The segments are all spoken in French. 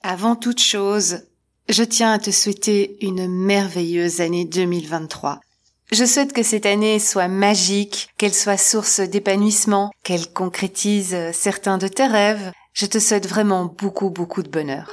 Avant toute chose, je tiens à te souhaiter une merveilleuse année 2023. Je souhaite que cette année soit magique, qu'elle soit source d'épanouissement, qu'elle concrétise certains de tes rêves. Je te souhaite vraiment beaucoup de bonheur.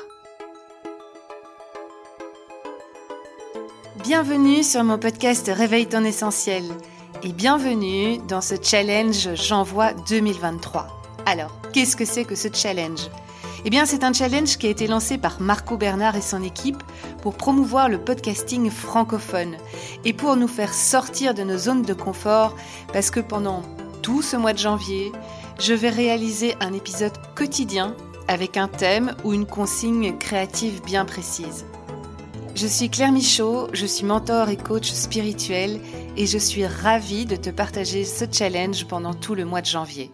Bienvenue sur mon podcast Réveille ton essentiel et bienvenue dans ce challenge J'envoie 2023. Alors, qu'est-ce que c'est que ce challenge ? Eh bien, c'est un challenge qui a été lancé par Marco Bernard et son équipe pour promouvoir le podcasting francophone et pour nous faire sortir de nos zones de confort parce que pendant tout ce mois de janvier, je vais réaliser un épisode quotidien avec un thème ou une consigne créative bien précise. Je suis Claire Michaud, je suis mentor et coach spirituel et je suis ravie de te partager ce challenge pendant tout le mois de janvier.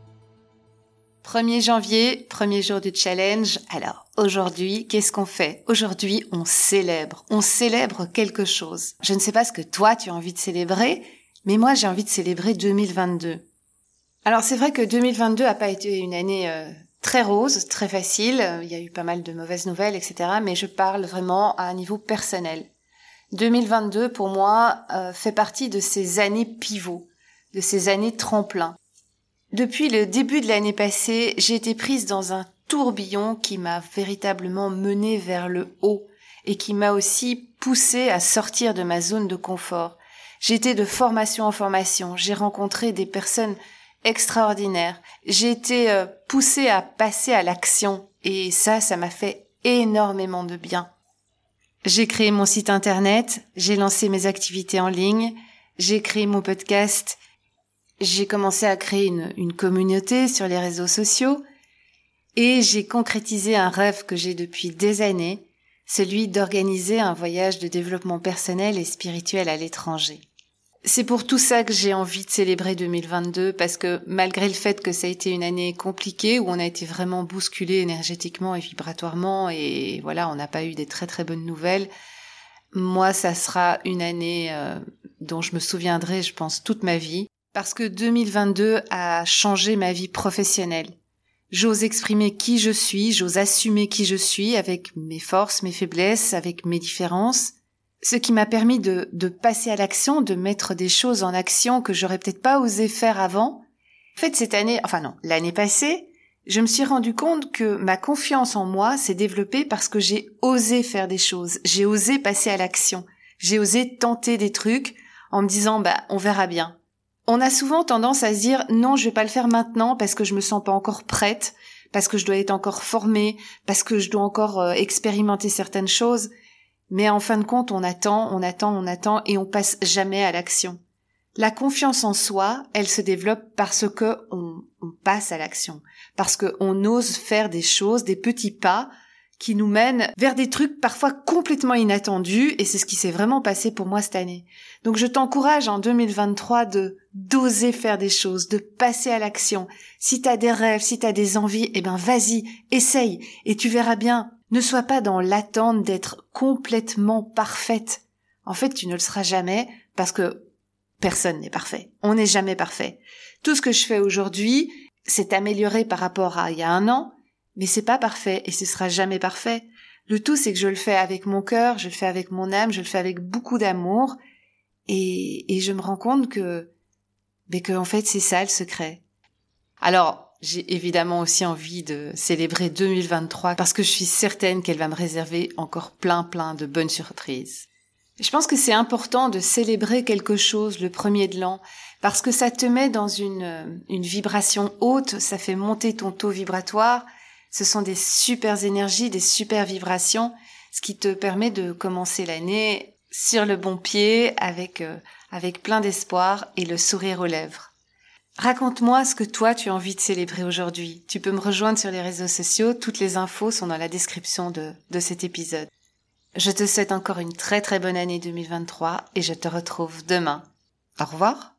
1er janvier, premier jour du challenge. Alors, aujourd'hui, qu'est-ce qu'on fait ? Aujourd'hui, on célèbre quelque chose. Je ne sais pas ce que toi, tu as envie de célébrer, mais moi, j'ai envie de célébrer 2022. Alors, c'est vrai que 2022 a pas été une année très rose, très facile. Il y a eu pas mal de mauvaises nouvelles, etc. Mais je parle vraiment à un niveau personnel. 2022, pour moi, fait partie de ces années pivots, de ces années tremplins. Depuis le début de l'année passée, j'ai été prise dans un tourbillon qui m'a véritablement menée vers le haut et qui m'a aussi poussée à sortir de ma zone de confort. J'ai été de formation en formation, j'ai rencontré des personnes extraordinaires, j'ai été poussée à passer à l'action et ça m'a fait énormément de bien. J'ai créé mon site internet, j'ai lancé mes activités en ligne, j'ai créé mon podcast. J'ai commencé à créer une communauté sur les réseaux sociaux et j'ai concrétisé un rêve que j'ai depuis des années, celui d'organiser un voyage de développement personnel et spirituel à l'étranger. C'est pour tout ça que j'ai envie de célébrer 2022 parce que malgré le fait que ça a été une année compliquée où on a été vraiment bousculé énergétiquement et vibratoirement et voilà, on n'a pas eu des très bonnes nouvelles, moi ça sera une année dont je me souviendrai, je pense, toute ma vie. Parce que 2022 a changé ma vie professionnelle. J'ose exprimer qui je suis, j'ose assumer qui je suis avec mes forces, mes faiblesses, avec mes différences. Ce qui m'a permis de passer à l'action, de mettre des choses en action que j'aurais peut-être pas osé faire avant. En fait, l'année passée, je me suis rendu compte que ma confiance en moi s'est développée parce que j'ai osé faire des choses. J'ai osé passer à l'action. J'ai osé tenter des trucs en me disant, on verra bien. On a souvent tendance à se dire non, je vais pas le faire maintenant parce que je me sens pas encore prête, parce que je dois être encore formée, parce que je dois encore expérimenter certaines choses. Mais en fin de compte, on attend et on passe jamais à l'action. La confiance en soi, elle se développe parce que on passe à l'action, parce que on ose faire des choses, des petits pas qui nous mènent vers des trucs parfois complètement inattendus et c'est ce qui s'est vraiment passé pour moi cette année. Donc je t'encourage en 2023 d'oser faire des choses, de passer à l'action. Si t'as des rêves, si t'as des envies, vas-y, essaye et tu verras bien. Ne sois pas dans l'attente d'être complètement parfaite. En fait, tu ne le seras jamais parce que personne n'est parfait. On n'est jamais parfait. Tout ce que je fais aujourd'hui, c'est amélioré par rapport à il y a un an, mais c'est pas parfait et ce sera jamais parfait. Le tout, c'est que je le fais avec mon cœur, je le fais avec mon âme, je le fais avec beaucoup d'amour et je me rends compte que en fait, c'est ça le secret. Alors, j'ai évidemment aussi envie de célébrer 2023 parce que je suis certaine qu'elle va me réserver encore plein de bonnes surprises. Je pense que c'est important de célébrer quelque chose le premier de l'an parce que ça te met dans une vibration haute, ça fait monter ton taux vibratoire. Ce sont des super énergies, des super vibrations, ce qui te permet de commencer l'année sur le bon pied avec plein d'espoir et le sourire aux lèvres. Raconte-moi ce que toi tu as envie de célébrer aujourd'hui. Tu peux me rejoindre sur les réseaux sociaux, toutes les infos sont dans la description de cet épisode. Je te souhaite encore une très bonne année 2023 et je te retrouve demain. Au revoir.